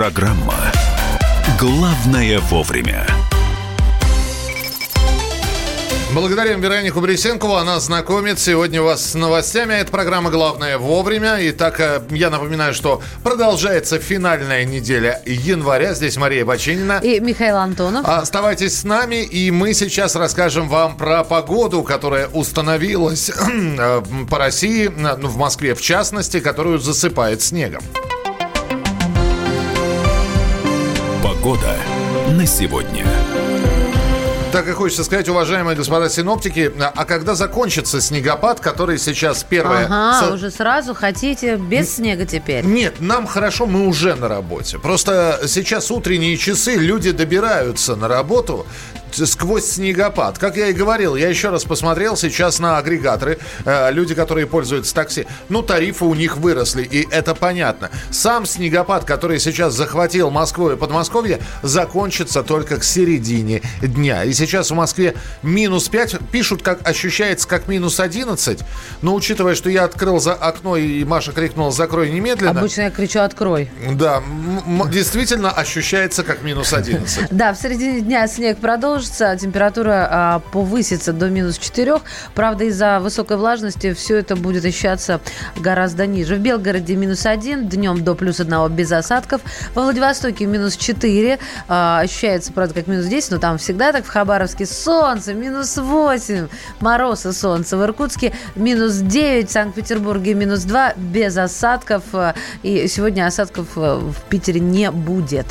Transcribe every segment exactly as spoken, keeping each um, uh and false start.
Программа «Главное вовремя». Благодарим Веронику Борисенкову. Она знакомит сегодня вас с новостями. Это программа «Главное вовремя». Итак, я напоминаю, что продолжается финальная неделя января. Здесь Мария Бачинина. И Михаил Антонов. Оставайтесь с нами, и мы сейчас расскажем вам про погоду, которая установилась по России, ну, в Москве в частности, которую засыпает снегом. Погода на сегодня. Так и хочется сказать, уважаемые господа синоптики, а когда закончится снегопад, который сейчас первое... Ага, со... уже сразу хотите без снега теперь? Нет, нам хорошо, мы уже на работе. Просто сейчас утренние часы, люди добираются на работу сквозь снегопад. Как я и говорил, я еще раз посмотрел сейчас на агрегаторы. Э, люди, которые пользуются такси, ну, тарифы у них выросли, и это понятно. Сам снегопад, который сейчас захватил Москву и Подмосковье, закончится только к середине дня. И сейчас в Москве минус пять. Пишут, как ощущается, как минус одиннадцать. Но учитывая, что я открыл за окно, и Маша крикнула «закрой немедленно». Обычно я кричу «открой». Да, м- действительно ощущается как минус одиннадцать. Да, в середине дня снег продолжится. Температура а, повысится до минус четырех. Правда, из-за высокой влажности все это будет ощущаться гораздо ниже. В Белгороде минус один, днем до плюс одного без осадков. Во Владивостоке минус четыре. А, ощущается, правда, как минус десять, но там всегда так. В Хабаровске солнце, минус восемь. Мороз и солнце. В Иркутске минус девять. В Санкт-Петербурге минус два. Без осадков. И сегодня осадков в Питере не будет.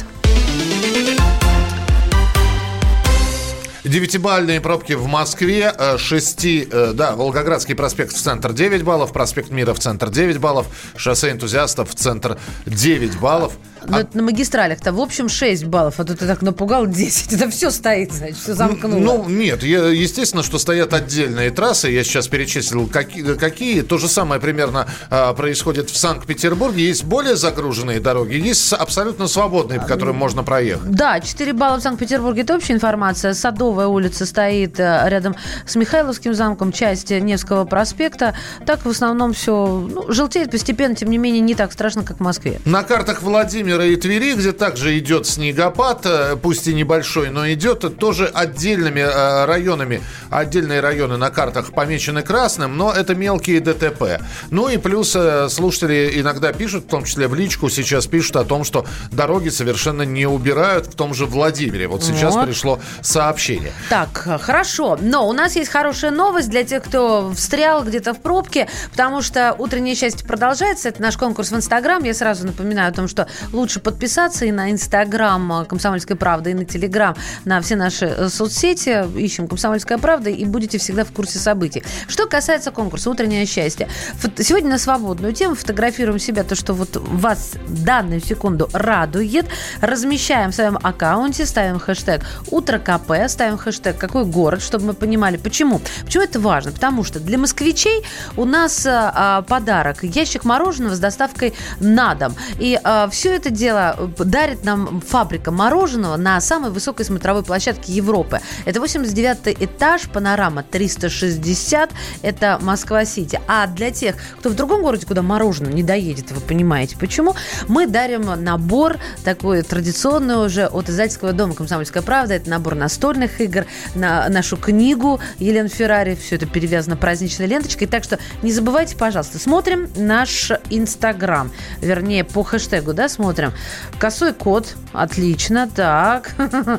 Девятибалльные пробки в Москве, шести, да, Волгоградский проспект в центр девять баллов, проспект Мира в центр девять баллов, шоссе энтузиастов в центр девять баллов. Но а... это на магистралях-то, в общем, шесть баллов, а то ты так напугал десять. Это все стоит, значит, все замкнуло. Ну, нет, я, естественно, что стоят отдельные трассы. Я сейчас перечислил, какие. какие. То же самое примерно а, происходит в Санкт-Петербурге. Есть более загруженные дороги, есть абсолютно свободные, по которым можно проехать. Да, четыре балла в Санкт-Петербурге – это общая информация. Садовая улица стоит рядом с Михайловским замком, часть Невского проспекта. Так в основном все ну, желтеет постепенно, тем не менее, не так страшно, как в Москве. На картах Владимира и Твери, где также идет снегопад, пусть и небольшой, но идет тоже отдельными районами. Отдельные районы на картах помечены красным, но это мелкие ДТП. Ну и плюс слушатели иногда пишут, в том числе в личку, сейчас пишут о том, что дороги совершенно не убирают в том же Владимире. Вот сейчас вот. Пришло сообщение. Так, хорошо. Но у нас есть хорошая новость для тех, кто встрял где-то в пробке, потому что утреннее счастье продолжается. Это наш конкурс в Инстаграм. Я сразу напоминаю о том, что лучше подписаться и на Инстаграм «Комсомольская правда», и на Телеграм, на все наши соцсети. Ищем «Комсомольская правда» и будете всегда в курсе событий. Что касается конкурса «Утреннее счастье». Сегодня на свободную тему фотографируем себя, то, что вот вас в данную секунду радует. Размещаем в своем аккаунте, ставим хэштег «Утро КП», ставим хэштег «Какой город», чтобы мы понимали, почему. Почему это важно? Потому что для москвичей у нас а, подарок. Ящик мороженого с доставкой на дом. И а, все это дело дарит нам фабрика мороженого на самой высокой смотровой площадке Европы. Это восемьдесят девятый этаж, панорама триста шестьдесят. Это Москва-Сити. А для тех, кто в другом городе, куда мороженое не доедет, вы понимаете, почему, мы дарим набор такой традиционный уже от издательского дома «Комсомольская правда». Это набор настольных игр, на нашу книгу Елены Феррари. Все это перевязано праздничной ленточкой. Так что не забывайте, пожалуйста, смотрим наш Инстаграм. Вернее, по хэштегу, да, смотрим. Косой кот. Отлично. Так.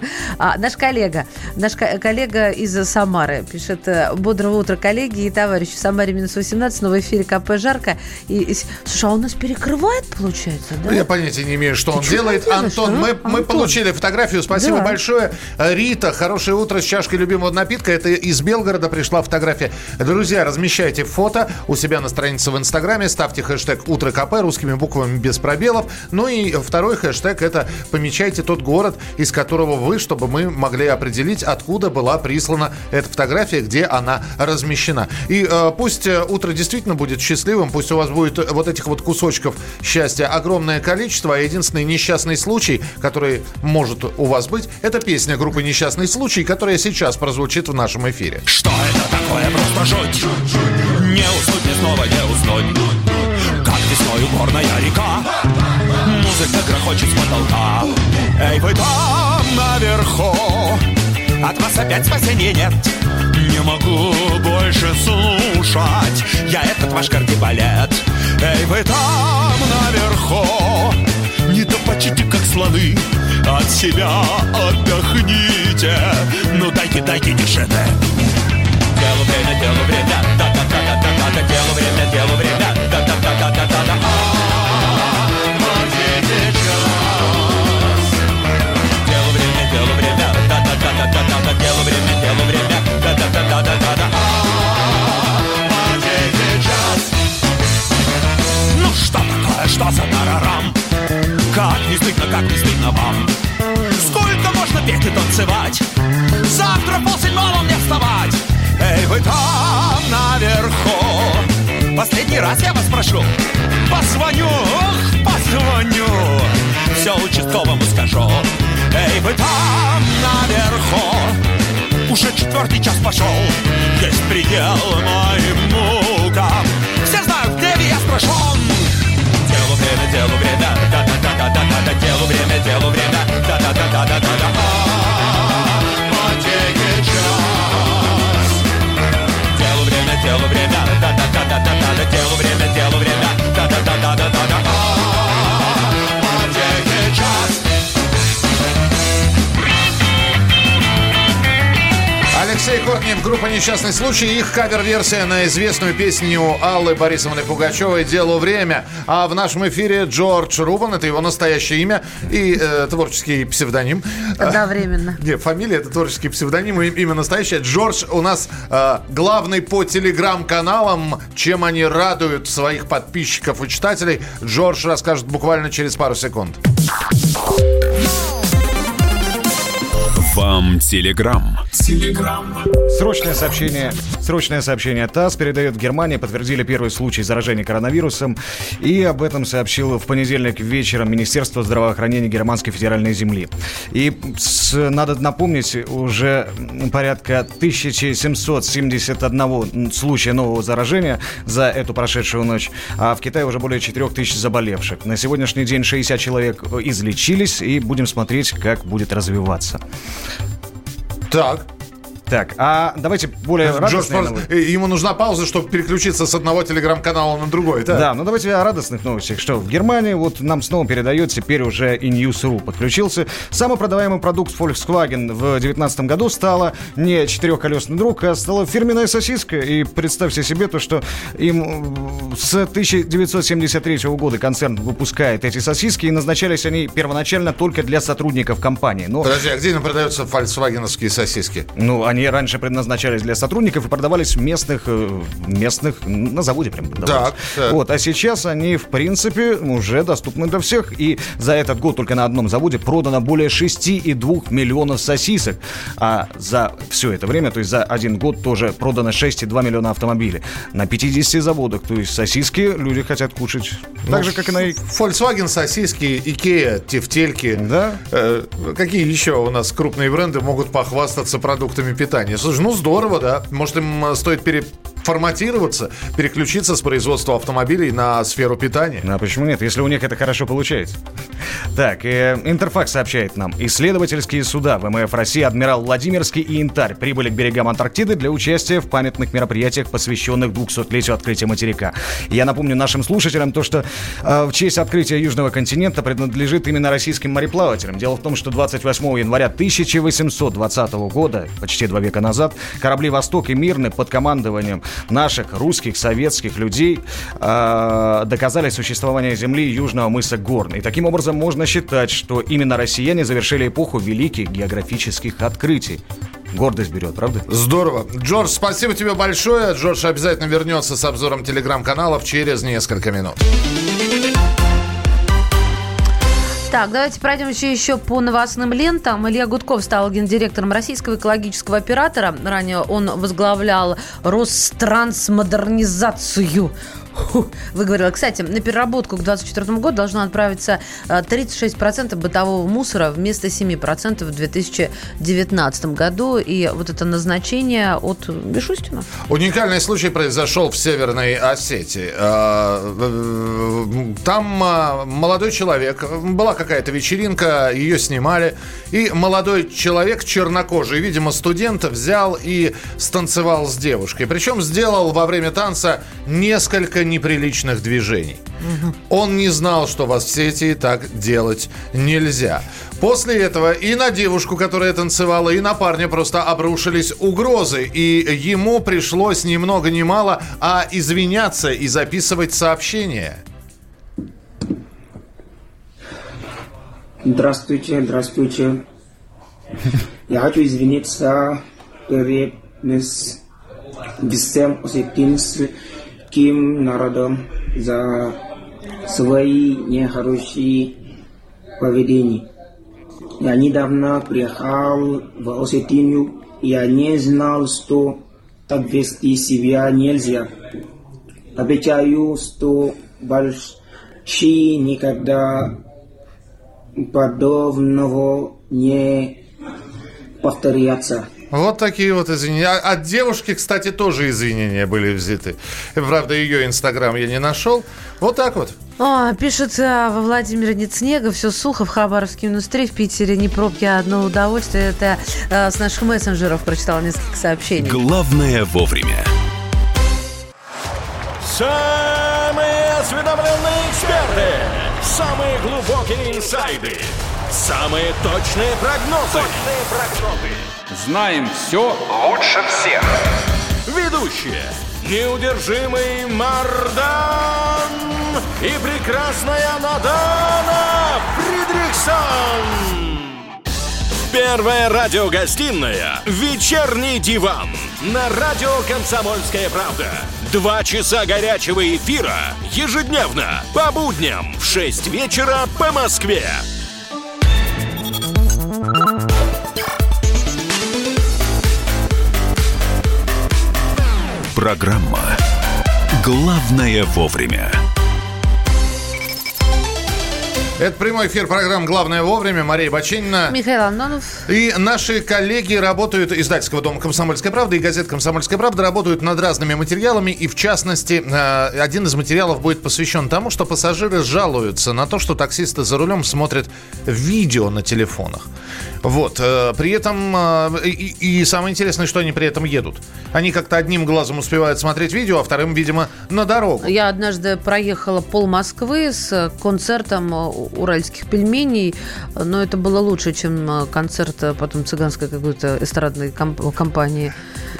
А, наш коллега. Наш ко- коллега из Самары пишет: бодрого утра, коллеги и товарищи. В Самаре минус восемнадцать, но в эфире КП жарко. И, и... Слушай, а он нас перекрывает, получается, да? Я понятия не имею, что Ты он что делает. делаешь, Антон, а? мы, Антон, мы получили фотографию. Спасибо да. большое. Рита, хорошее утро с чашкой любимого напитка. Это из Белгорода пришла фотография. Друзья, размещайте фото у себя на странице в Инстаграме. Ставьте хэштег «Утро КП» русскими буквами без пробелов. Ну и второй хэштег — это помечайте тот город, из которого вы, чтобы мы могли определить, откуда была прислана эта фотография, где она размещена. И э, пусть утро действительно будет счастливым, пусть у вас будет вот этих вот кусочков счастья огромное количество, а единственный несчастный случай, который может у вас быть, это песня группы «Несчастный случай», которая сейчас прозвучит в нашем эфире. Что это такое? Просто жуть. Не уснуть, не снова не уснуть. Как весною горная река. музыка грохочет с потолка. Эй, вы там наверху, от вас опять спасения нет. Не могу больше слушать я этот ваш кардибалет. Эй, вы там наверху, не топочите, как слоны, от себя отдохните. Ну дайте, дайте дешеты. Делу время, делу время, да-да-да-да-да-да. Делу время, делу время, да-да-да-да-да-да. Делу время, делу время, да-да-да-да-да-да. Делу время, делу время, да-да-да-да-да-да. Ну что такое, что за тарарам? Как не стыдно, как не стыдно вам? Сколько можно петь и танцевать? Завтра в полседьмого мне вставать. Эй, вы там наверху, последний раз я вас прошу, позвоню, позвоню, все участковому скажу. Эй, вы там наверху, уже четвертый час пошел, есть предел моим мукам. Все знают, где я спрошен. Делу время, делу время, да-да-да-да-да-да. Делу время, делу время, да-да-да-да-да-да. Потеки час. Делу время, делу время, да-да-да-да-да. Делу время, делу время, да-да-да-да-да-да. Потеки час. Алексей Кортнев, группа «Несчастный случай». Их кавер-версия на известную песню Аллы Борисовны Пугачевой «Делу время». А в нашем эфире Джордж Рубан. Это его настоящее имя и э, творческий псевдоним. Одновременно. Нет, фамилия – это творческий псевдоним, и имя настоящее. Джордж у нас э, главный по телеграм-каналам. Чем они радуют своих подписчиков и читателей, Джордж расскажет буквально через пару секунд. Вам телеграм. Телеграм. Срочное сообщение. Срочное сообщение. ТАСС передает: в Германии подтвердили первый случай заражения коронавирусом. И об этом сообщило в понедельник вечером Министерство здравоохранения Германской федеральной земли. И с, надо напомнить, уже порядка тысяча семьсот семьдесят один случая нового заражения за эту прошедшую ночь. А в Китае уже более четыре тысячи заболевших. На сегодняшний день шестьдесят человек излечились. И будем смотреть, как будет развиваться. Так. Так, а давайте более радостные новости. Ему нужна пауза, чтобы переключиться с одного телеграм-канала на другой, да? Да, ну давайте о радостных новостях. Что в Германии вот нам снова передает, теперь уже и News точка ру подключился. Самый продаваемый продукт Volkswagen в девятнадцатом году стала не четырехколесный друг, а стала фирменная сосиска. И представьте себе то, что им с тысяча девятьсот семьдесят третьего года концерн выпускает эти сосиски, и назначались они первоначально только для сотрудников компании. Но... Подожди, а где им продаются фольксвагеновские сосиски? Ну, они раньше предназначались для сотрудников и продавались в местных, местных на заводе прям продавались. Так, вот, а сейчас они, в принципе, уже доступны для всех. И за этот год только на одном заводе продано более шесть целых две десятых миллионов сосисок. А за все это время, то есть за один год, тоже продано шесть целых два миллиона автомобилей. На пятидесяти заводах. То есть сосиски люди хотят кушать. Так ну, же, как и на... Volkswagen, сосиски, Икеа, тефтельки. Да. Э, какие еще у нас крупные бренды могут похвастаться продуктами питания? Слушай, ну здорово, да. Может, им стоит переформатироваться, переключиться с производства автомобилей на сферу питания? Ну, а почему нет, если у них это хорошо получается? Так, э, Интерфакс сообщает нам. Исследовательские суда ВМФ России «Адмирал Владимирский» и «Янтарь» прибыли к берегам Антарктиды для участия в памятных мероприятиях, посвященных двухсотлетию открытия материка. Я напомню нашим слушателям то, что э, в честь открытия Южного континента принадлежит именно российским мореплавателям. Дело в том, что двадцать восьмого января тысяча восемьсот двадцатого года, почти два века назад, корабли «Восток» и «Мирный» под командованием наших русских, советских людей э, доказали существование Земли и южного мыса Горн. И таким образом можно считать, что именно россияне завершили эпоху великих географических открытий. Гордость берет, правда? Здорово. Джордж, спасибо тебе большое. Джордж обязательно вернется с обзором телеграм-каналов через несколько минут. Так, давайте пройдем еще, еще по новостным лентам. Илья Гудков стал гендиректором российского экологического оператора. Ранее он возглавлял Ространсмодернизацию. выговорила. Кстати, на переработку к двадцать четвёртому году должно отправиться тридцать шесть процентов бытового мусора вместо семь процентов в две тысячи девятнадцатом году. И вот это назначение от Мишустина. Уникальный случай произошел в Северной Осетии. Там молодой человек, была какая-то вечеринка, ее снимали, и молодой человек чернокожий, видимо, студент, взял и станцевал с девушкой. Причем сделал во время танца несколько неприличных движений. Угу. Он не знал, что в Осетии так делать нельзя. После этого и на девушку, которая танцевала, и на парня просто обрушились угрозы. И ему пришлось ни много ни мало, а извиняться и записывать сообщения. Здравствуйте, здравствуйте. Я хочу извиниться перед всем осетинским народом за свои нехорошие поведения. Я недавно приехал в Осетию, и я не знал, что так вести себя нельзя. Обещаю, что больше никогда подобного не повторяться. Вот такие вот извинения. От девушки, кстати, тоже извинения были взяты. Правда, ее инстаграм я не нашел. Вот так вот. О, пишет во Владимире нет снега, все сухо в Хабаровске минус три, в Питере не пробки, а одно удовольствие. Это э, с наших мессенджеров прочитала несколько сообщений. Главное вовремя. Самые осведомленные эксперты, самые глубокие инсайды, самые точные прогнозы. Точные прогнозы. Знаем все лучше всех. Ведущие: неудержимый Мардан и прекрасная Надана Фридрихсон. Первая радиогостинная «Вечерний диван» на радио «Комсомольская правда». Два часа горячего эфира ежедневно по будням в шесть вечера по Москве. Программа «Главное вовремя». Это прямой эфир программы «Главное вовремя». Мария Баченина. Михаил Антонов. И наши коллеги работают, издательского дома «Комсомольская правда» и газета «Комсомольская правда» работают над разными материалами. И, в частности, один из материалов будет посвящен тому, что пассажиры жалуются на то, что таксисты за рулем смотрят видео на телефонах. Вот. При этом, и, и самое интересное, что они при этом едут. Они как-то одним глазом успевают смотреть видео, а вторым, видимо, на дорогу. Я однажды проехала пол Москвы с концертом уральских пельменей, но это было лучше, чем концерт потом цыганской какой-то эстрадной комп- компании.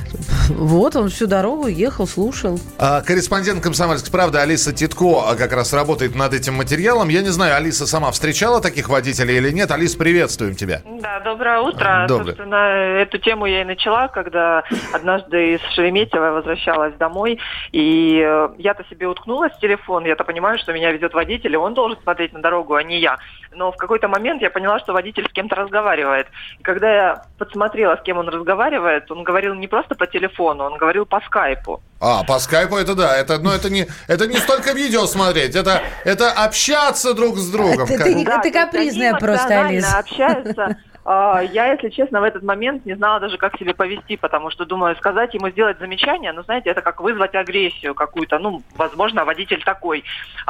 Вот, он всю дорогу ехал, слушал. А, корреспондент «Комсомольской правды» Алиса Титко как раз работает над этим материалом. Я не знаю, Алиса сама встречала таких водителей или нет. Алис, приветствуем тебя. Да, доброе утро. Доброе. Собственно, эту тему я и начала, когда однажды из Шереметьево возвращалась домой, и я-то себе уткнулась в телефон, я-то понимаю, что меня везет водитель, и он должен смотреть на дорогу, а не я. Но в какой-то момент я поняла, что водитель с кем-то разговаривает. И когда я подсмотрела, с кем он разговаривает, он говорил не просто по телефону, он говорил по скайпу. А, по скайпу это да, это, ну, это, не, это не столько видео смотреть, это, это общаться друг с другом. Ты, как... ты, Да, ты капризная просто, Алис. Общаются. Я, если честно, в этот момент не знала даже, как себя повести, потому что, думаю, сказать ему, сделать замечание, ну, знаете, это как вызвать агрессию какую-то, ну, возможно, водитель такой.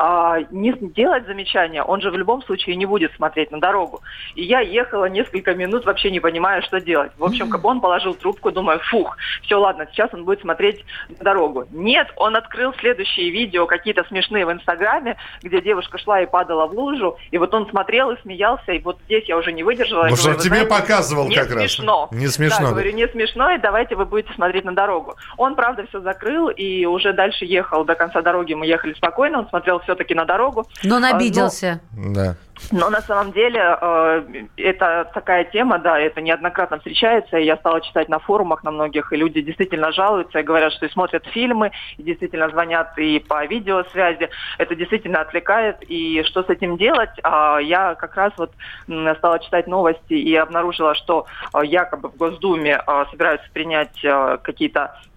Не делать замечание, он же в любом случае не будет смотреть на дорогу. И я ехала несколько минут, вообще не понимая, что делать. В общем, как он положил трубку, думаю, фух, все, ладно, сейчас он будет смотреть на дорогу. Нет, он открыл следующие видео, какие-то смешные в Инстаграме, где девушка шла и падала в лужу, и вот он смотрел и смеялся, и вот здесь я уже не выдержала. Ну, что тебе показывал не как смешно. раз. Не смешно. Да, да. говорю, не смешно, и давайте вы будете смотреть на дорогу. Он, правда, все закрыл, и уже дальше ехал до конца дороги, мы ехали спокойно, он смотрел все-таки на дорогу. Но он обиделся. Но... Да. Но на самом деле э, это такая тема, да, это неоднократно встречается, и я стала читать на форумах на многих, и люди действительно жалуются и говорят, что и смотрят фильмы, и действительно звонят и по видеосвязи, это действительно отвлекает, и что с этим делать? Э, я как раз вот э, стала читать новости и обнаружила, что э, якобы в Госдуме э, собираются принять э, какие-то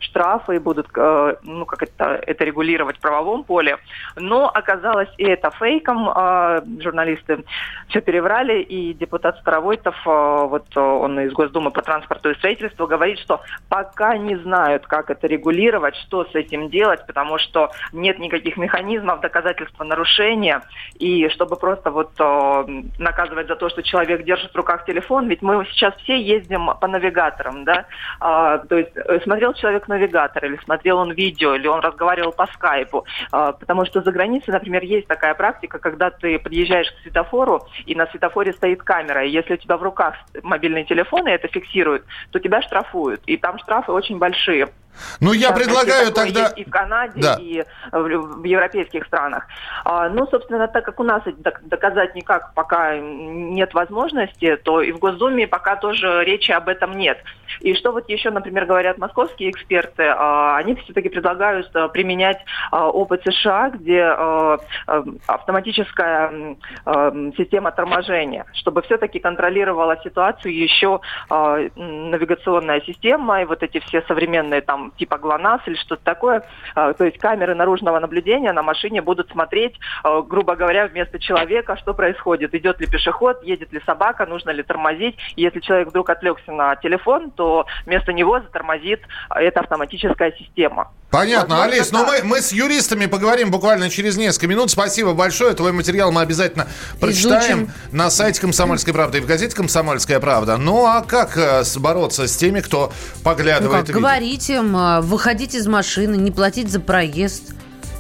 штрафы и будут, э, ну, как это, это регулировать в правовом поле. Но оказалось и это фейком. Э, журналисты все переврали, и депутат Старовойтов, э, вот он из Госдумы по транспорту и строительству, говорит, что пока не знают, как это регулировать, что с этим делать, потому что нет никаких механизмов доказательства нарушения, и чтобы просто вот э, наказывать за то, что человек держит в руках телефон, ведь мы сейчас все ездим по навигаторам, да, а, то есть смотрел человек навигатор, или смотрел он видео, или он разговаривал по скайпу, а, потому что за границей, например, есть такая практика, когда ты подъезжаешь к светофору, и на светофоре стоит камера, и если у тебя в руках мобильный телефон, и это фиксирует, то тебя штрафуют, и там штрафы очень большие. Ну, я там предлагаю тогда... Есть и в Канаде, да. и в, в европейских странах. А, ну, собственно, так как у нас доказать никак пока нет возможности, то и в Госдуме пока тоже речи об этом нет. И что вот еще, например, говорят московские эксперты, а, они все-таки предлагают а, применять а, опыт США, где а, а, автоматическая а, система торможения, чтобы все-таки контролировала ситуацию еще а, навигационная система и вот эти все современные там типа ГЛОНАСС или что-то такое, то есть камеры наружного наблюдения на машине будут смотреть, грубо говоря, вместо человека, что происходит, идет ли пешеход, едет ли собака, нужно ли тормозить. И если человек вдруг отвлекся на телефон, то вместо него затормозит эта автоматическая система. Понятно, возможно, Алис, но мы, мы с юристами поговорим буквально через несколько минут. Спасибо большое. Твой материал мы обязательно прочитаем Изучим. на сайте «Комсомольской правды» и в газете «Комсомольская правда». Ну, а как э, бороться с теми, кто поглядывает Ну как, и видит? говорить им, э, выходить из машины, не платить за проезд.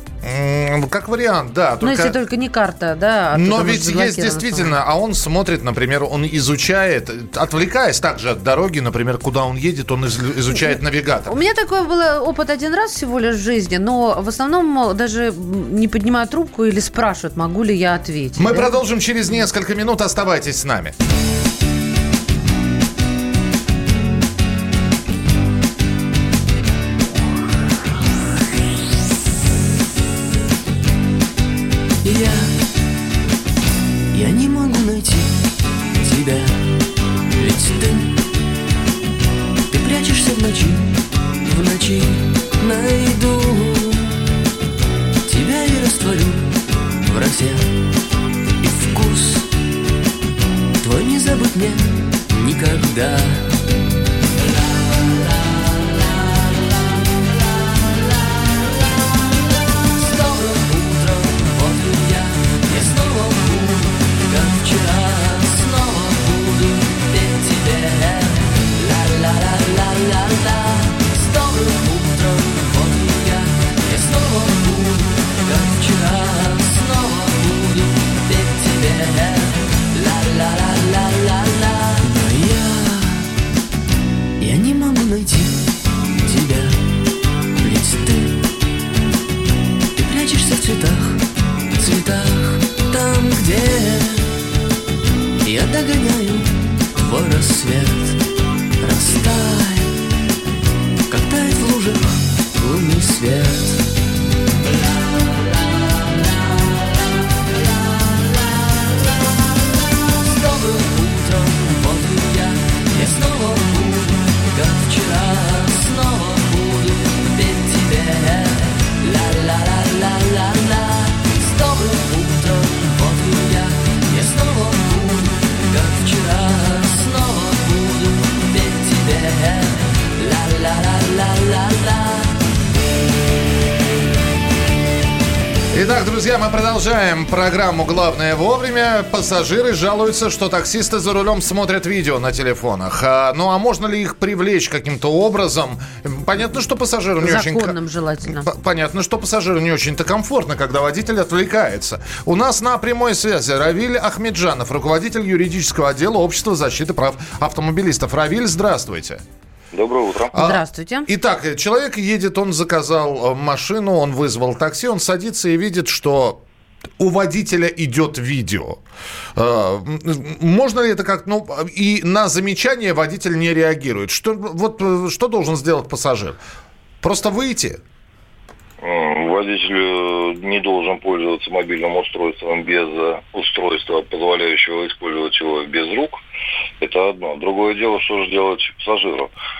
М, Как вариант, да. Ну, только- если только не карта, да. оттуда Но может ведь есть заблокировано действительно, а он смотрит, например, он изучает, отвлекаясь также от дороги, например, куда он едет, он из- изучает навигатор. У меня такой был опыт один раз всего лишь в жизни, но в основном даже не поднимают трубку или спрашивают, могу ли я ответить. Мы да? продолжим через несколько минут. Оставайтесь с нами. Я, я не могу найти тебя, ведь ты, ты прячешься в ночи, в ночи найду тебя и растворю в росе, и вкус твой не забыть мне никогда. Догоняю твой рассвет, растает, как тает в лужах лунный свет. С добрым утром, вот и я, я снова буду, как вчера, снова буду петь тебе. Ла-ла-ла-ла-ла-ла. С добрым утром, вот и я, я снова буду, как вчера, снова буду петь тебе. Ла-ла-ла-ла-ла-ла. Итак, друзья, мы продолжаем программу «Главное вовремя». Пассажиры жалуются, что таксисты за рулем смотрят видео на телефонах. А, ну, а можно ли их привлечь каким-то образом? Понятно, что пассажиру не очень... Законным желательно. П- Понятно, что пассажиру не очень-то комфортно, когда водитель отвлекается. У нас на прямой связи Равиль Ахмеджанов, руководитель юридического отдела Общества защиты прав автомобилистов. Равиль, здравствуйте. Доброе утро. Здравствуйте. А, итак, человек едет, он заказал э, машину, он вызвал такси, он садится и видит, что у водителя идет видео. Э, можно ли это как... Ну, и на замечание водитель не реагирует. Что, вот, э, что должен сделать пассажир? Просто выйти? Водитель не должен пользоваться мобильным устройством без устройства, позволяющего использовать его без рук. Это одно. Другое дело, что же делать пассажиру.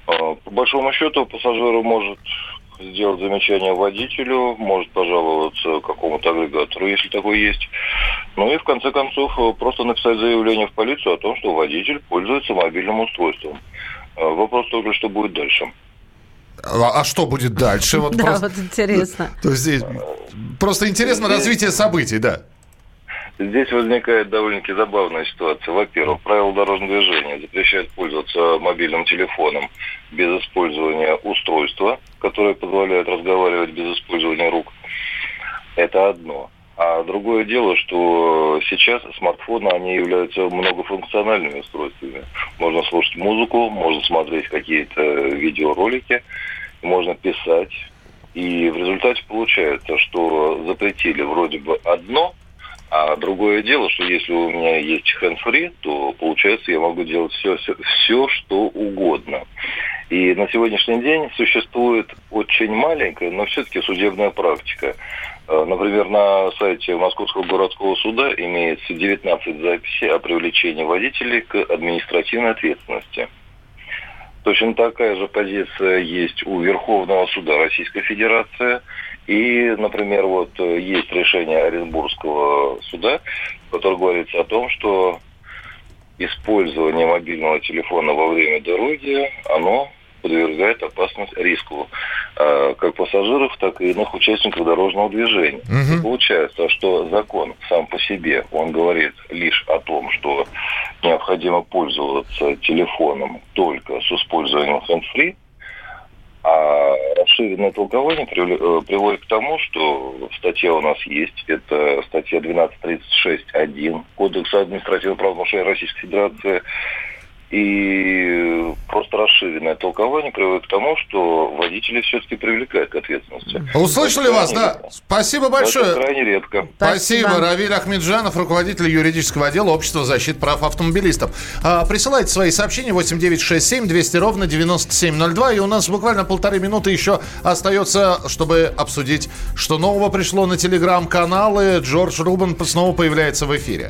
По большому счету пассажир может сделать замечание водителю, может пожаловаться какому-то агрегатору, если такой есть. Ну и в конце концов просто написать заявление в полицию о том, что водитель пользуется мобильным устройством. Вопрос только, что будет дальше. А, а что будет дальше? Вот да, просто, вот интересно. То есть здесь просто интересно здесь, развитие событий, да. Здесь возникает довольно-таки забавная ситуация. Во-первых, правила дорожного движения запрещают пользоваться мобильным телефоном без использования устройства, которое позволяет разговаривать без использования рук. Это одно. А другое дело, что сейчас смартфоны, они являются многофункциональными устройствами. Можно слушать музыку, можно смотреть какие-то видеоролики, можно писать. И в результате получается, что запретили вроде бы одно, а другое дело, что если у меня есть hands-free, то получается я могу делать все, все, все, что угодно. И на сегодняшний день существует очень маленькая, но все-таки судебная практика. Например, на сайте Московского городского суда имеется девятнадцать записей о привлечении водителей к административной ответственности. Точно такая же позиция есть у Верховного суда Российской Федерации. И, например, вот есть решение Оренбургского суда, в котором говорится о том, что использование мобильного телефона во время дороги, оно подвергает опасность риску э, как пассажиров, так и иных участников дорожного движения. Угу. И получается, что закон сам по себе, он говорит лишь о том, что необходимо пользоваться телефоном только с использованием hands-free, а расширенное толкование приводит к тому, что статья у нас есть, это статья двенадцать тридцать шесть один Кодекса административного правонарушения Российской Федерации. И просто расширенное толкование приводит к тому, что водители все-таки привлекают к ответственности. Услышали вас, да? Спасибо большое. Это крайне редко. Спасибо. Спасибо. Равиль Ахмеджанов, руководитель юридического отдела Общества защиты прав автомобилистов. А, присылайте свои сообщения восемь девятьсот шестьдесят семь двести ровно девяносто семь ноль два. И у нас буквально полторы минуты еще остается, чтобы обсудить, что нового пришло на телеграм-каналы. Джордж Рубан снова появляется в эфире.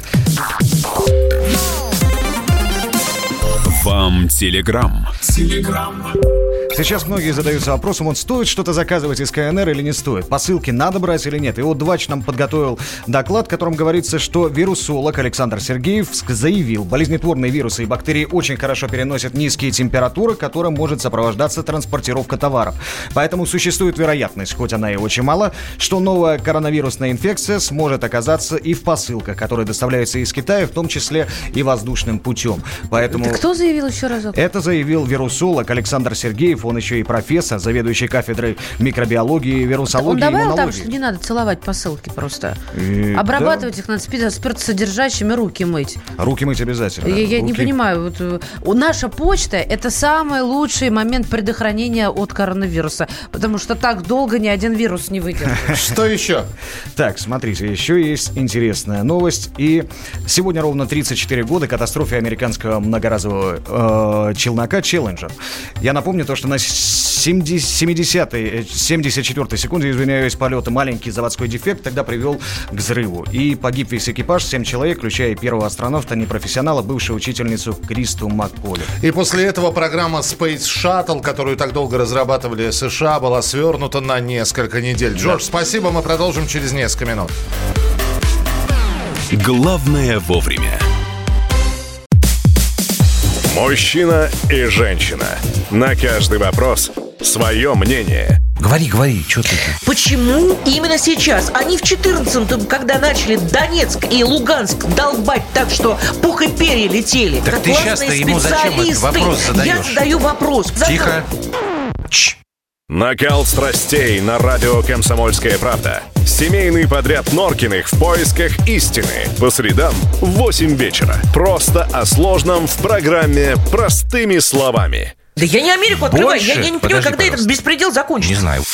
Вам телеграм. Телеграм. Сейчас многие задаются вопросом, вот стоит что-то заказывать из ка эн эр или не стоит? Посылки надо брать или нет? И вот Двач нам подготовил доклад, в котором говорится, что вирусолог Александр Сергеев заявил, болезнетворные вирусы и бактерии очень хорошо переносят низкие температуры, которым может сопровождаться транспортировка товаров. Поэтому существует вероятность, хоть она и очень мала, что новая коронавирусная инфекция сможет оказаться и в посылках, которые доставляются из Китая, в том числе и воздушным путем. Поэтому... Это кто заявил еще разок? Это заявил вирусолог Александр Сергеев. Он еще и профессор, заведующий кафедрой микробиологии и вирусологии. Он добавил и иммунологии. там, что не надо целовать посылки просто. И, Обрабатывать да. их надо спиртосодержащими, руки мыть. Руки мыть обязательно. Я, я руки... не понимаю. Вот, наша почта – это самый лучший момент предохранения от коронавируса. Потому что так долго ни один вирус не выдержит. Что еще? Так, смотрите, еще есть интересная новость. И сегодня ровно тридцать четыре года катастрофе американского многоразового э, челнока «Челленджер». Я напомню то, что на семидесятой, семьдесят четвёртой секунде, извиняюсь, полета маленький заводской дефект тогда привел к взрыву. И погиб весь экипаж, семь человек, включая первого астронавта, непрофессионала, бывшую учительницу Кристу Макколи. И после этого программа Space Shuttle, которую так долго разрабатывали США, была свернута на несколько недель. Джордж, да. Спасибо, мы продолжим через несколько минут. Главное вовремя. Мужчина и женщина. На каждый вопрос свое мнение. Говори, говори, что ты? Почему именно сейчас? Они в четырнадцатом, когда начали Донецк и Луганск долбать так, что пух и перья летели. Так ты сейчас-то ему зачем этот вопрос задаешь? Я задаю вопрос. Тихо. Чш. Накал страстей на радио «Комсомольская правда». Семейный подряд Норкиных в поисках истины. По средам в восемь вечера. Просто о сложном в программе «Простыми словами». Да я не Америку открываю. Больше? Я, я не понимаю, Подожди, когда пожалуйста. этот беспредел закончится. Не знаю.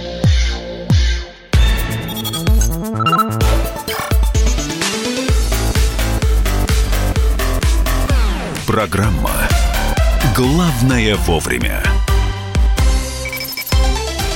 Программа «Главное вовремя».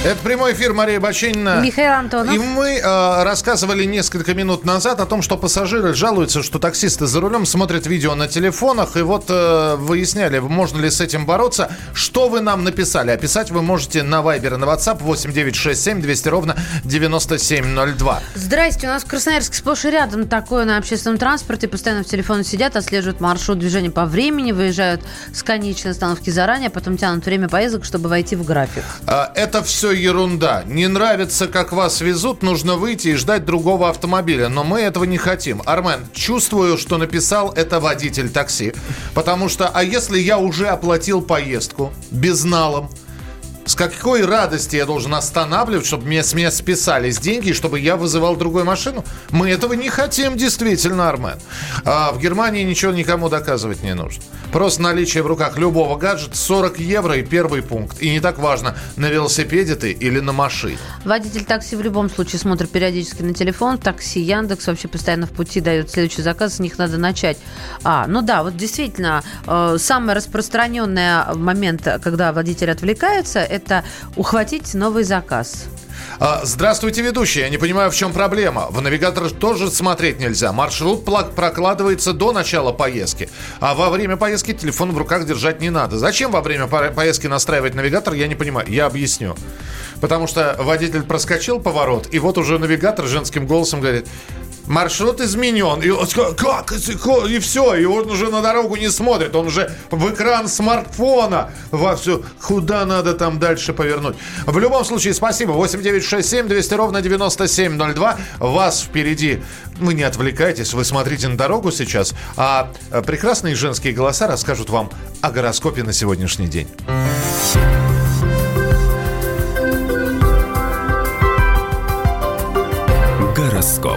Это прямой эфир, Мария Баченина. Михаил Антонов. И мы э, рассказывали несколько минут назад о том, что пассажиры жалуются, что таксисты за рулем смотрят видео на телефонах. И вот э, выясняли, можно ли с этим бороться. Что вы нам написали? А писать вы можете на Viber и на WhatsApp восемь девятьсот шестьдесят семь двести ровно девяносто семь ноль два. Здрасте, у нас в Красноярске сплошь и рядом такое на общественном транспорте. Постоянно в телефоне сидят, отслеживают маршрут движения по времени, выезжают с конечной остановки заранее, потом тянут время поездок, чтобы войти в график. А, это все ерунда. Не нравится, как вас везут, нужно выйти и ждать другого автомобиля. Но мы этого не хотим. Армен, чувствую, что написал это водитель такси. Потому что, а если я уже оплатил поездку безналом, с какой радости я должен останавливать, чтобы мне, с меня списались деньги, чтобы я вызывал другую машину? Мы этого не хотим, действительно, Армен. А в Германии ничего никому доказывать не нужно. Просто наличие в руках любого гаджета сорок евро и первый пункт. И не так важно, на велосипеде ты или на машине. Водитель такси в любом случае смотрит периодически на телефон. Такси Яндекс вообще постоянно в пути дает следующий заказ, с них надо начать. А, ну да, вот действительно, э, самый распространенный момент, когда водитель отвлекается, это ухватить новый заказ. Здравствуйте, ведущий. Я не понимаю, в чем проблема. В навигатор тоже смотреть нельзя. Маршрут прокладывается до начала поездки. А во время поездки телефон в руках держать не надо. Зачем во время поездки настраивать навигатор, я не понимаю. Я объясню. Потому что водитель проскочил поворот, и вот уже навигатор женским голосом говорит: маршрут изменен. И как? И все. И он уже на дорогу не смотрит. Он уже в экран смартфона во все. Куда надо там дальше повернуть? В любом случае, спасибо. восемь девятьсот шестьдесят семь двести ровно девяносто семь ноль два. Вас впереди. Вы не отвлекайтесь. Вы смотрите на дорогу сейчас. А прекрасные женские голоса расскажут вам о гороскопе на сегодняшний день. Гороскоп.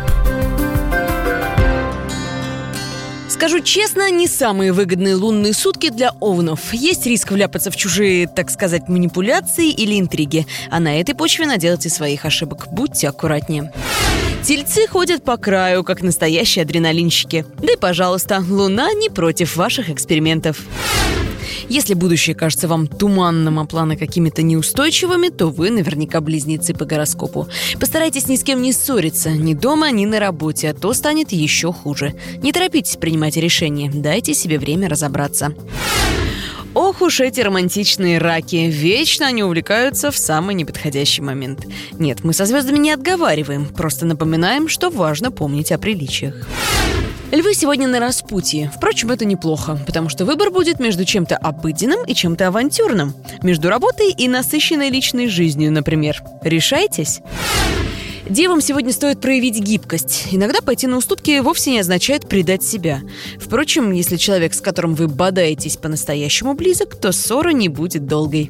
Скажу честно, не самые выгодные лунные сутки для овнов. Есть риск вляпаться в чужие, так сказать, манипуляции или интриги. А на этой почве наделайте своих ошибок. Будьте аккуратнее. Тельцы ходят по краю, как настоящие адреналинщики. Да и, пожалуйста, Луна не против ваших экспериментов. Если будущее кажется вам туманным, а планы какими-то неустойчивыми, то вы наверняка близнецы по гороскопу. Постарайтесь ни с кем не ссориться, ни дома, ни на работе, а то станет еще хуже. Не торопитесь принимать решения, дайте себе время разобраться. Ох уж эти романтичные раки. Вечно они увлекаются в самый неподходящий момент. Нет, мы со звездами не отговариваем, просто напоминаем, что важно помнить о приличиях. Львы сегодня на распутье. Впрочем, это неплохо, потому что выбор будет между чем-то обыденным и чем-то авантюрным. Между работой и насыщенной личной жизнью, например. Решайтесь. Девам сегодня стоит проявить гибкость. Иногда пойти на уступки вовсе не означает предать себя. Впрочем, если человек, с которым вы бодаетесь, по-настоящему близок, то ссора не будет долгой.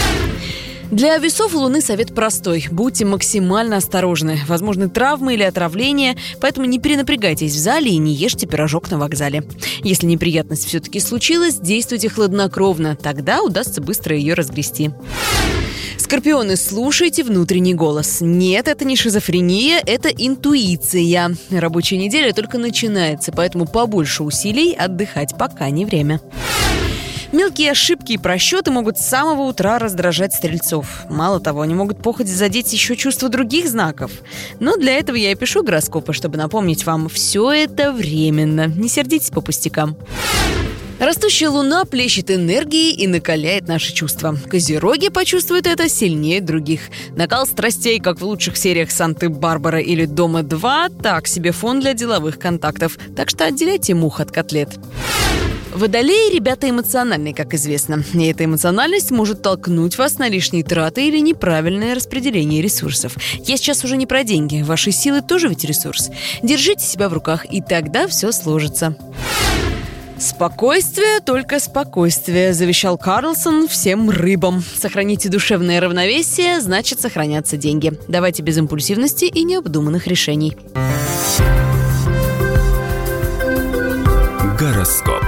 Для весов Луны совет простой. Будьте максимально осторожны. Возможны травмы или отравления, поэтому не перенапрягайтесь в зале и не ешьте пирожок на вокзале. Если неприятность все-таки случилась, действуйте хладнокровно. Тогда удастся быстро ее разгрести. Скорпионы, слушайте внутренний голос. Нет, это не шизофрения, это интуиция. Рабочая неделя только начинается, поэтому побольше усилий, отдыхать пока не время. Мелкие ошибки и просчеты могут с самого утра раздражать стрельцов. Мало того, они могут походе задеть еще чувства других знаков. Но для этого я и пишу гороскопы, чтобы напомнить вам, все это временно. Не сердитесь по пустякам. Растущая луна плещет энергией и накаляет наши чувства. Козероги почувствуют это сильнее других. Накал страстей, как в лучших сериях «Санты-Барбара» или «Дома-два», так себе фон для деловых контактов. Так что отделяйте мух от котлет. Водолеи – ребята эмоциональные, как известно. И эта эмоциональность может толкнуть вас на лишние траты или неправильное распределение ресурсов. Я сейчас уже не про деньги. Ваши силы тоже ведь ресурс. Держите себя в руках, и тогда все сложится. «Спокойствие, только спокойствие», – завещал Карлсон всем рыбам. Сохраните душевное равновесие, значит сохранятся деньги. Давайте без импульсивности и необдуманных решений. Гороскоп.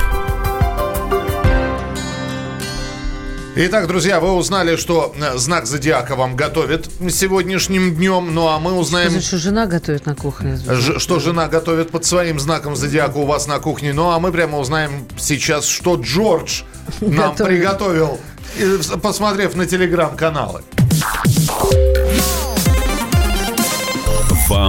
Итак, друзья, вы узнали, что знак зодиака вам готовит сегодняшним днем. Ну, а мы узнаем... Что, что жена готовит на кухне? Ж, что жена готовит под своим знаком зодиака у вас на кухне. Ну, а мы прямо узнаем сейчас, что Джордж нам приготовил, посмотрев на телеграм-каналы.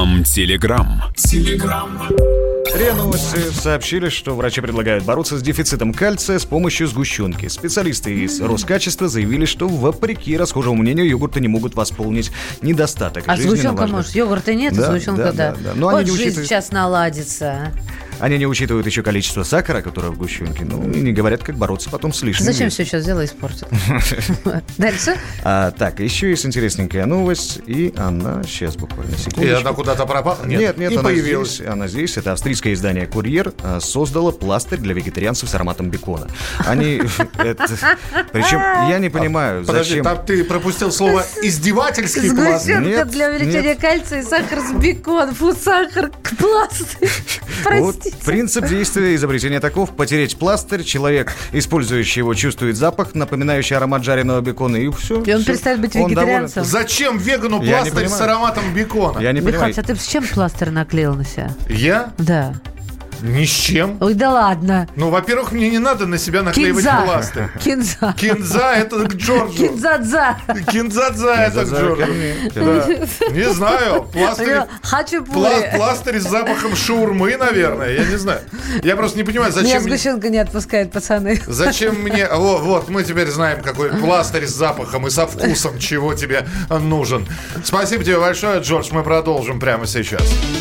Телеграм-телеграм. Телеграм. РИА Новости сообщили, что врачи предлагают бороться с дефицитом кальция с помощью сгущенки. Специалисты из Роскачества заявили, что, вопреки расхожему мнению, йогурты не могут восполнить недостаток. А сгущенка может? Йогурта нет, да, а сгущенка да. да. да, да. Но вот они не жизнь учитывают... сейчас наладится. Они не учитывают еще количество сахара, которое в сгущенке, ну и не говорят, как бороться потом с лишним. Зачем все сейчас взяла и испортила? Дальше? А, так, еще есть интересненькая новость, и она сейчас буквально секундочку. И она куда-то пропала? Нет, нет, нет и она появилась. здесь, она здесь. Это австрийское издание «Курьер» создало пластырь для вегетарианцев с ароматом бекона. Они... Причем я не понимаю, Подожди, зачем... там ты пропустил слово «издевательский пластырь». Сгущенка для увеличения кальция и сахар с беконом. Фу, сахар к пластырь. Простите. Принцип действия изобретения таков: потереть пластырь, человек, использующий его, чувствует запах, напоминающий аромат жареного бекона, и все. И он все. перестает быть он вегетарианцем. Доволен. Зачем вегану пластырь с ароматом бекона? Я не понимаю. Михалыч, а ты с чем пластырь наклеил на себя? Я? Да. Ни с чем. Ой, да ладно. Ну, во-первых, мне не надо на себя наклеивать Кинза. пластырь. Кинза. Кинза – это к Джорджу. Кинза-дза. Кинза-дза – это к Джорджу. Да. Не знаю. Пластырь, пла- пластырь с запахом шаурмы, наверное. Я не знаю. Я просто не понимаю, зачем... Меня сгущенка не отпускает, пацаны. Зачем мне... Вот, вот, мы теперь знаем, какой пластырь с запахом и со вкусом, чего тебе нужен. Спасибо тебе большое, Джордж. Мы продолжим прямо сейчас.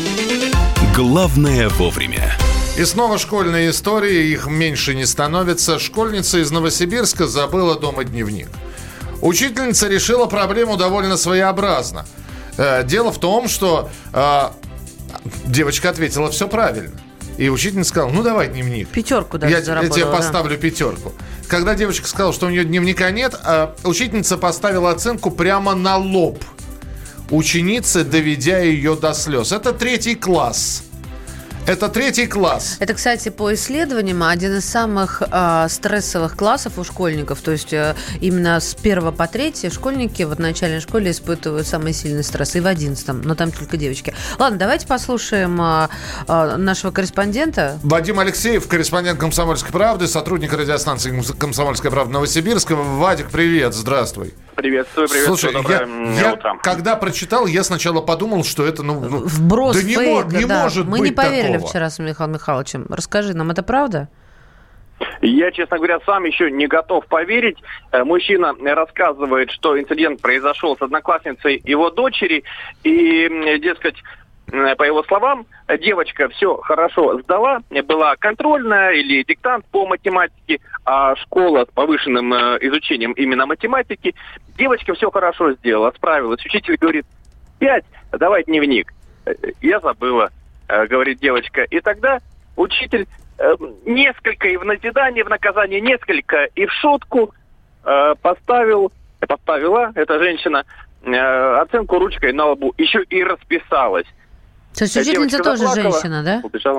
Главное вовремя. И снова школьные истории, их меньше не становится. Школьница из Новосибирска забыла дома дневник. Учительница решила проблему довольно своеобразно. Э, дело в том, что э, девочка ответила все правильно. И учительница сказала: ну давай дневник. Пятерку даже я, заработала. Я тебе поставлю да. пятерку. Когда девочка сказала, что у нее дневника нет, э, учительница поставила оценку прямо на лоб ученицы, доведя ее до слез. Это третий класс. Это третий класс. Это, кстати, по исследованиям один из самых э, стрессовых классов у школьников. То есть э, именно с первого по третий школьники вот в начальной школе испытывают самый сильный стресс. И в одиннадцатом, но там только девочки. Ладно, давайте послушаем э, э, нашего корреспондента. Вадим Алексеев, корреспондент «Комсомольской правды», сотрудник радиостанции «Комсомольская правда» Новосибирска. Вадик, привет, здравствуй. Приветствую, приветствую. Слушай, доброе я, утро. Я, когда прочитал, я сначала подумал, что это, ну, ну вброс да не, фейка, не да. может Мы быть не поверили такого. Вчера с Михаилом Михайловичем. Расскажи нам, это правда? Я, честно говоря, сам еще не готов поверить. Мужчина рассказывает, что инцидент произошел с одноклассницей его дочери. И, дескать, по его словам, девочка все хорошо сдала. Была контрольная или диктант по математике, а школа с повышенным изучением именно математики. Девочка все хорошо сделала, справилась. Учитель говорит: пять, давай дневник. Я забыла, говорит девочка. И тогда учитель несколько и в назидание, в наказание несколько, и в шутку поставил, поставила эта женщина оценку ручкой на лбу. Еще и расписалась. То есть учительница тоже заплакала, женщина, да? Убежала.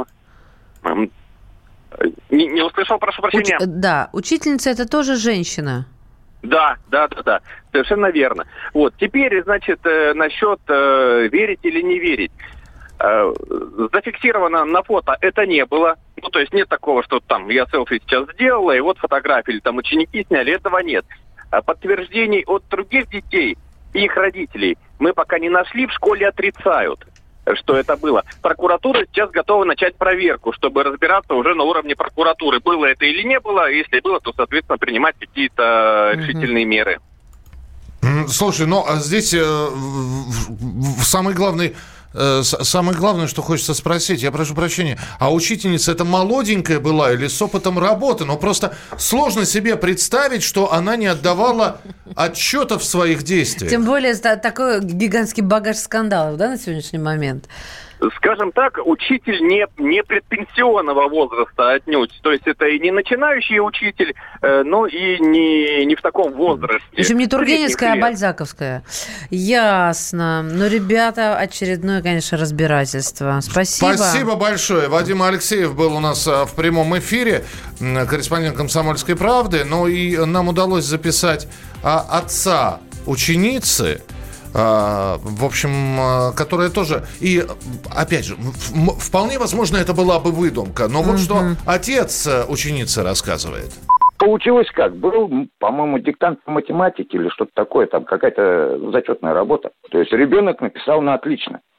Не, не услышал, прошу прощения. Уч... Да, учительница это тоже женщина. Да, да, да, да, совершенно верно. Вот, теперь, значит, э, насчет э, верить или не верить. Э, зафиксировано на фото это не было. Ну, то есть нет такого, что там я селфи сейчас сделала, и вот фотографии, или там ученики сняли, этого нет. А подтверждений от других детей и их родителей мы пока не нашли, в школе отрицают, что это было. Прокуратура сейчас готова начать проверку, чтобы разбираться уже на уровне прокуратуры, было это или не было. Если было, то, соответственно, принимать какие-то решительные mm-hmm. меры. Слушай, ну а здесь э, самый главный... Самое главное, что хочется спросить, я прошу прощения, а учительница это молоденькая была или с опытом работы? Но просто сложно себе представить, что она не отдавала отчета в своих действиях. Тем более такой гигантский багаж скандалов, да, на сегодняшний момент? Скажем так, учитель не, не предпенсионного возраста отнюдь. То есть это и не начинающий учитель, э, но и не, не в таком возрасте. Причем не Тургеневская, а Бальзаковская. Ясно. Ну, ребята, очередное, конечно, разбирательство. Спасибо. Спасибо большое. Вадим Алексеев был у нас в прямом эфире, корреспондент «Комсомольской правды». Ну и нам удалось записать отца ученицы, в общем, которая тоже... И, опять же, вполне возможно, это была бы выдумка. Но вот mm-hmm. что отец ученицы рассказывает. Получилось как? Был, по-моему, диктант по математике или что-то такое, там какая-то зачетная работа. То есть ребенок написал на отлично.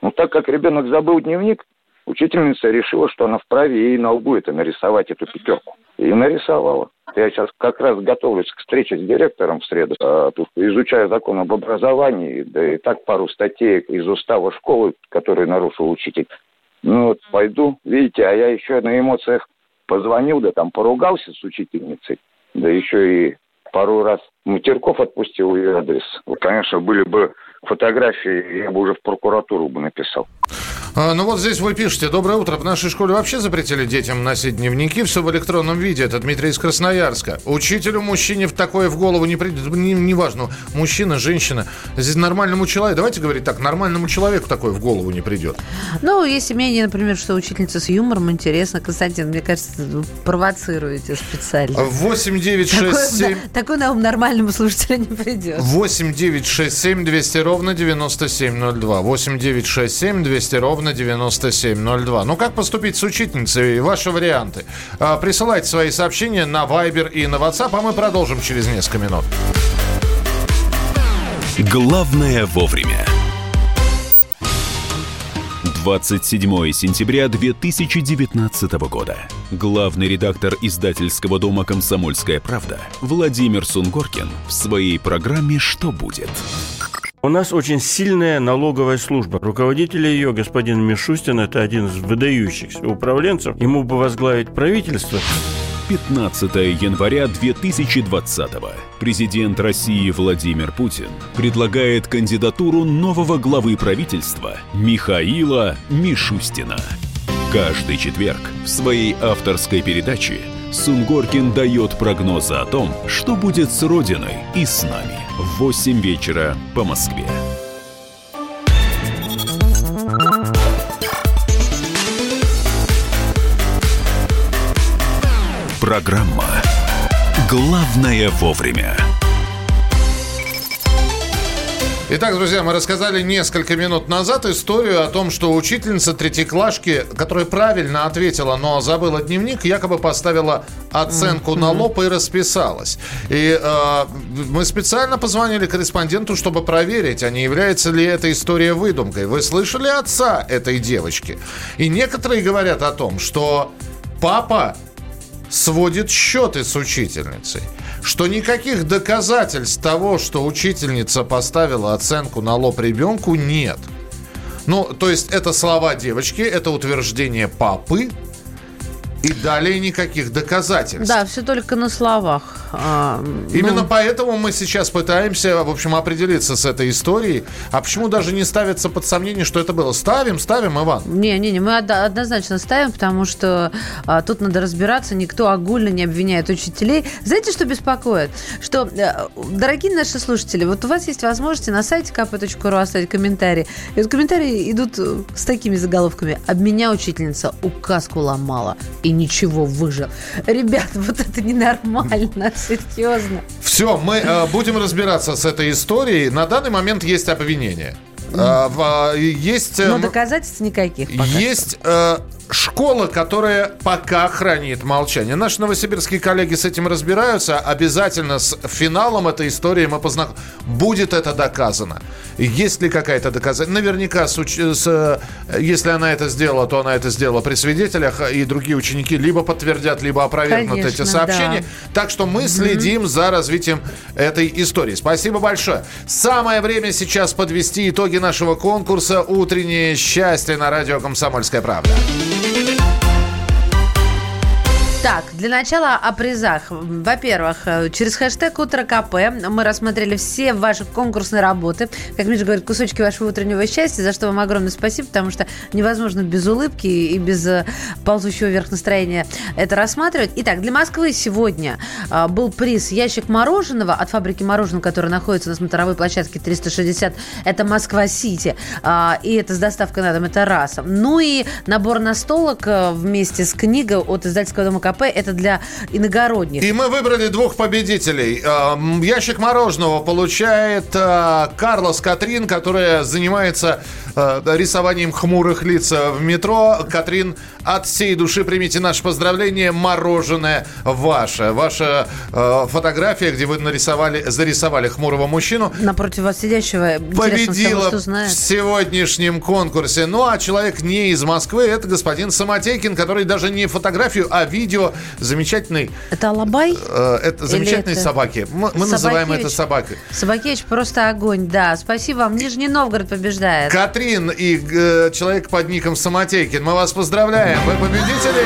Но так как ребенок забыл дневник, учительница решила, что она вправе ей на лбу это нарисовать, эту пятерку. И нарисовала. Я сейчас как раз готовлюсь к встрече с директором в среду. А, тут изучаю закон об образовании, да и так пару статей из устава школы, которые нарушил учитель. Ну вот пойду, видите, а я еще на эмоциях позвонил, да там поругался с учительницей, да еще и пару раз матерков отпустил ее адрес. Вот, конечно, были бы фотографии, я бы уже в прокуратуру бы написал. А, ну вот здесь вы пишете: доброе утро. В нашей школе вообще запретили детям носить дневники, все в электронном виде. Это Дмитрий из Красноярска. Учителю мужчине в такое в голову не придет. Не, не важно, мужчина, женщина. Здесь нормальному человеку, давайте говорить так, нормальному человеку такое в голову не придет. Ну, есть мнение, например, что учительница с юмором интересно. Константин, мне кажется, вы провоцируете специально. восемь девятьсот шестьдесят семь Такое, такое на ум нормальному слушателю не придет. восемь девятьсот шестьдесят семь двести ровно девяносто семь ноль два. восемь девятьсот шестьдесят семь двести ровно девяносто семь ноль два. Ну, как поступить с учительницей? Ваши варианты. А, присылайте свои сообщения на Viber и на WhatsApp, а мы продолжим через несколько минут. Главное вовремя. двадцать седьмое сентября две тысячи девятнадцатого года. Главный редактор издательского дома «Комсомольская правда» Владимир Сунгоркин в своей программе «Что будет?». У нас очень сильная налоговая служба. Руководитель ее, господин Мишустин, это один из выдающихся управленцев. Ему бы возглавить правительство. пятнадцатое января две тысячи двадцатого. Президент России Владимир Путин предлагает кандидатуру нового главы правительства Михаила Мишустина. Каждый четверг в своей авторской передаче Сунгоркин дает прогнозы о том, что будет с Родиной и с нами. В восемь вечера по Москве. Программа «Главное вовремя». Итак, друзья, мы рассказали несколько минут назад историю о том, что учительница третьеклашки, которая правильно ответила, но забыла дневник, якобы поставила оценку mm-hmm. на лоб и расписалась. И э, мы специально позвонили корреспонденту, чтобы проверить, а не является ли эта история выдумкой. Вы слышали отца этой девочки? И некоторые говорят о том, что папа сводит счеты с учительницей, что никаких доказательств того, что учительница поставила оценку на лоб ребенку, нет. Ну, то есть это слова девочки, это утверждение папы, и далее никаких доказательств. Да, все только на словах. А, Именно ну... поэтому мы сейчас пытаемся, в общем, определиться с этой историей. А почему даже не ставится под сомнение, что это было? Ставим, ставим, Иван? Не-не-не, мы однозначно ставим, потому что а, тут надо разбираться, никто огульно не обвиняет учителей. Знаете, что беспокоит? Что, дорогие наши слушатели, вот у вас есть возможность на сайте ка пэ точка ру оставить комментарии. И вот комментарии идут с такими заголовками: «Об меня учительница указку ломала и ничего, выжил». Ребят, вот это ненормально, серьезно. Все, мы э, будем разбираться с этой историей. На данный момент есть обвинение. Э, есть, э, Но доказательств никаких пока есть э, школа, которая пока хранит молчание. Наши новосибирские коллеги с этим разбираются. Обязательно с финалом этой истории мы познакомимся. Будет это доказано. Есть ли какая-то доказательство? Наверняка, с, с, если она это сделала, то она это сделала при свидетелях, и другие ученики либо подтвердят, либо опровергнут Конечно, эти сообщения. Да. Так что мы следим mm-hmm. за развитием этой истории. Спасибо большое. Самое время сейчас подвести итоги нашего конкурса «Утреннее счастье» на радио «Комсомольская правда». Так, для начала о призах. Во-первых, через хэштег «Утро КП» мы рассмотрели все ваши конкурсные работы. Как Миша говорит, кусочки вашего утреннего счастья, за что вам огромное спасибо, потому что невозможно без улыбки и без ползущего вверх настроения это рассматривать. Итак, для Москвы сегодня был приз ящик мороженого от фабрики мороженого, которая находится на смотровой площадке триста шестьдесят. Это Москва-Сити. И это с доставкой на дом, это раз. Ну и набор настолок вместе с книгой от издательского дома КП. Это для иногородних. И мы выбрали двух победителей. Ящик мороженого получает Карлос Катрин, которая занимается э, рисованием хмурых лиц в метро. Катрин, от всей души примите наше поздравление. Мороженое ваше. Ваша э, фотография, где вы нарисовали, зарисовали хмурого мужчину, напротив вас сидящего, победила того, что в сегодняшнем конкурсе. Ну, а человек не из Москвы, это господин Самотейкин, который даже не фотографию, а видео замечательный. Это Алабай? Э, это замечательные это... собаки. Мы, мы называем это собакой. Собакевич просто огонь, да. Спасибо вам. Нижний Новгород побеждает. Катрин и э, человек под ником Самотейкин, мы вас поздравляем. Вы победители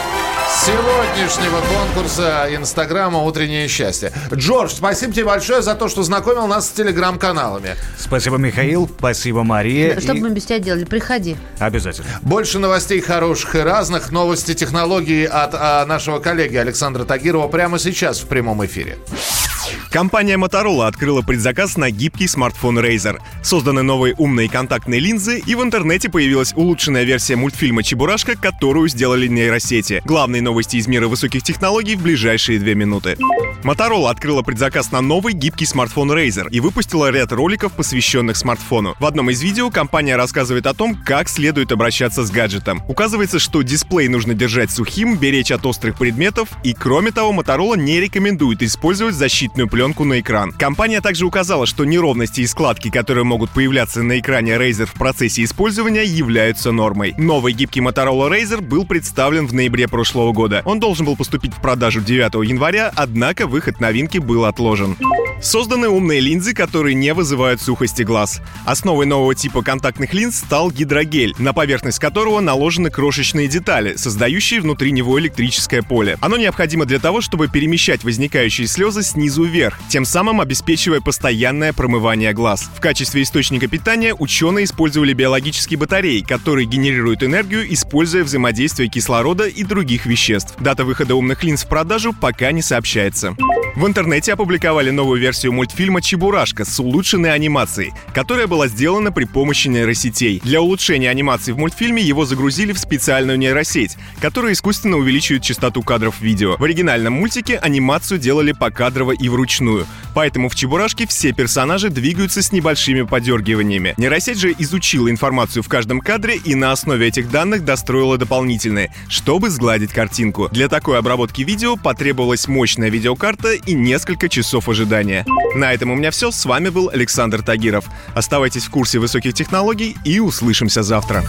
сегодняшнего конкурса Инстаграма «Утреннее счастье». Джордж, спасибо тебе большое за то, что знакомил нас с телеграм-каналами. Спасибо, Михаил. Спасибо, Мария. Что бы и... мы без тебя делали? Приходи. Обязательно. Больше новостей хороших и разных. Новости технологий от а, нашего коллеги Александра Тагирова прямо сейчас в прямом эфире. Компания Motorola открыла предзаказ на гибкий смартфон Razer. Созданы новые умные контактные линзы, и в интернете появилась улучшенная версия мультфильма «Чебурашка», которую сделали нейросети. Главные новости из мира высоких технологий в ближайшие две минуты. Motorola открыла предзаказ на новый гибкий смартфон Razer и выпустила ряд роликов, посвященных смартфону. В одном из видео компания рассказывает о том, как следует обращаться с гаджетом. Указывается, что дисплей нужно держать сухим, беречь от острых предметов, и, кроме того, Motorola не рекомендует использовать защитную пленку на экран. Компания также указала, что неровности и складки, которые могут появляться на экране Razer в процессе использования, являются нормой. Новый гибкий Motorola Razer был представлен в ноябре прошлого года. Он должен был поступить в продажу девятого января, однако выход новинки был отложен. Созданы умные линзы, которые не вызывают сухости глаз. Основой нового типа контактных линз стал гидрогель, на поверхность которого наложены крошечные детали, создающие внутри него электрическое поле. Оно необходимо для того, чтобы перемещать возникающие слезы снизу вверх, тем самым обеспечивая постоянное промывание глаз. В качестве источника питания ученые использовали биологические батареи, которые генерируют энергию, используя взаимодействие кислорода и других веществ. Дата выхода умных линз в продажу пока не сообщается. В интернете опубликовали новую версию мультфильма «Чебурашка» с улучшенной анимацией, которая была сделана при помощи нейросетей. Для улучшения анимации в мультфильме его загрузили в специальную нейросеть, которая искусственно увеличивает частоту кадров видео. В оригинальном мультике анимацию делали покадрово и вручную, поэтому в «Чебурашке» все персонажи двигаются с небольшими подергиваниями. Нейросеть же изучила информацию в каждом кадре и на основе этих данных достроила дополнительные, чтобы сгладить картинку. Для такой обработки видео потребовалась мощная видеокарта и несколько часов ожидания. На этом у меня все. С вами был Александр Тагиров. Оставайтесь в курсе высоких технологий и услышимся завтра.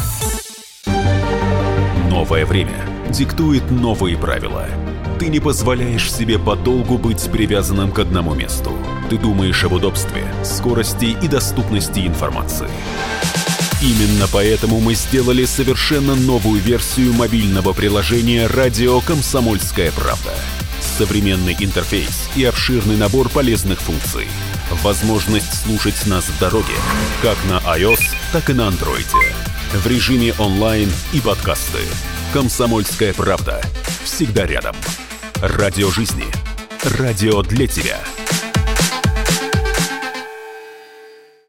Новое время диктует новые правила. Ты не позволяешь себе подолгу быть привязанным к одному месту. Ты думаешь об удобстве, скорости и доступности информации. Именно поэтому мы сделали совершенно новую версию мобильного приложения «Радио Комсомольская правда». Современный интерфейс и обширный набор полезных функций. Возможность слушать нас в дороге, как на iOS, так и на Android. В режиме онлайн и подкасты. «Комсомольская правда». Всегда рядом. Радио жизни. Радио для тебя.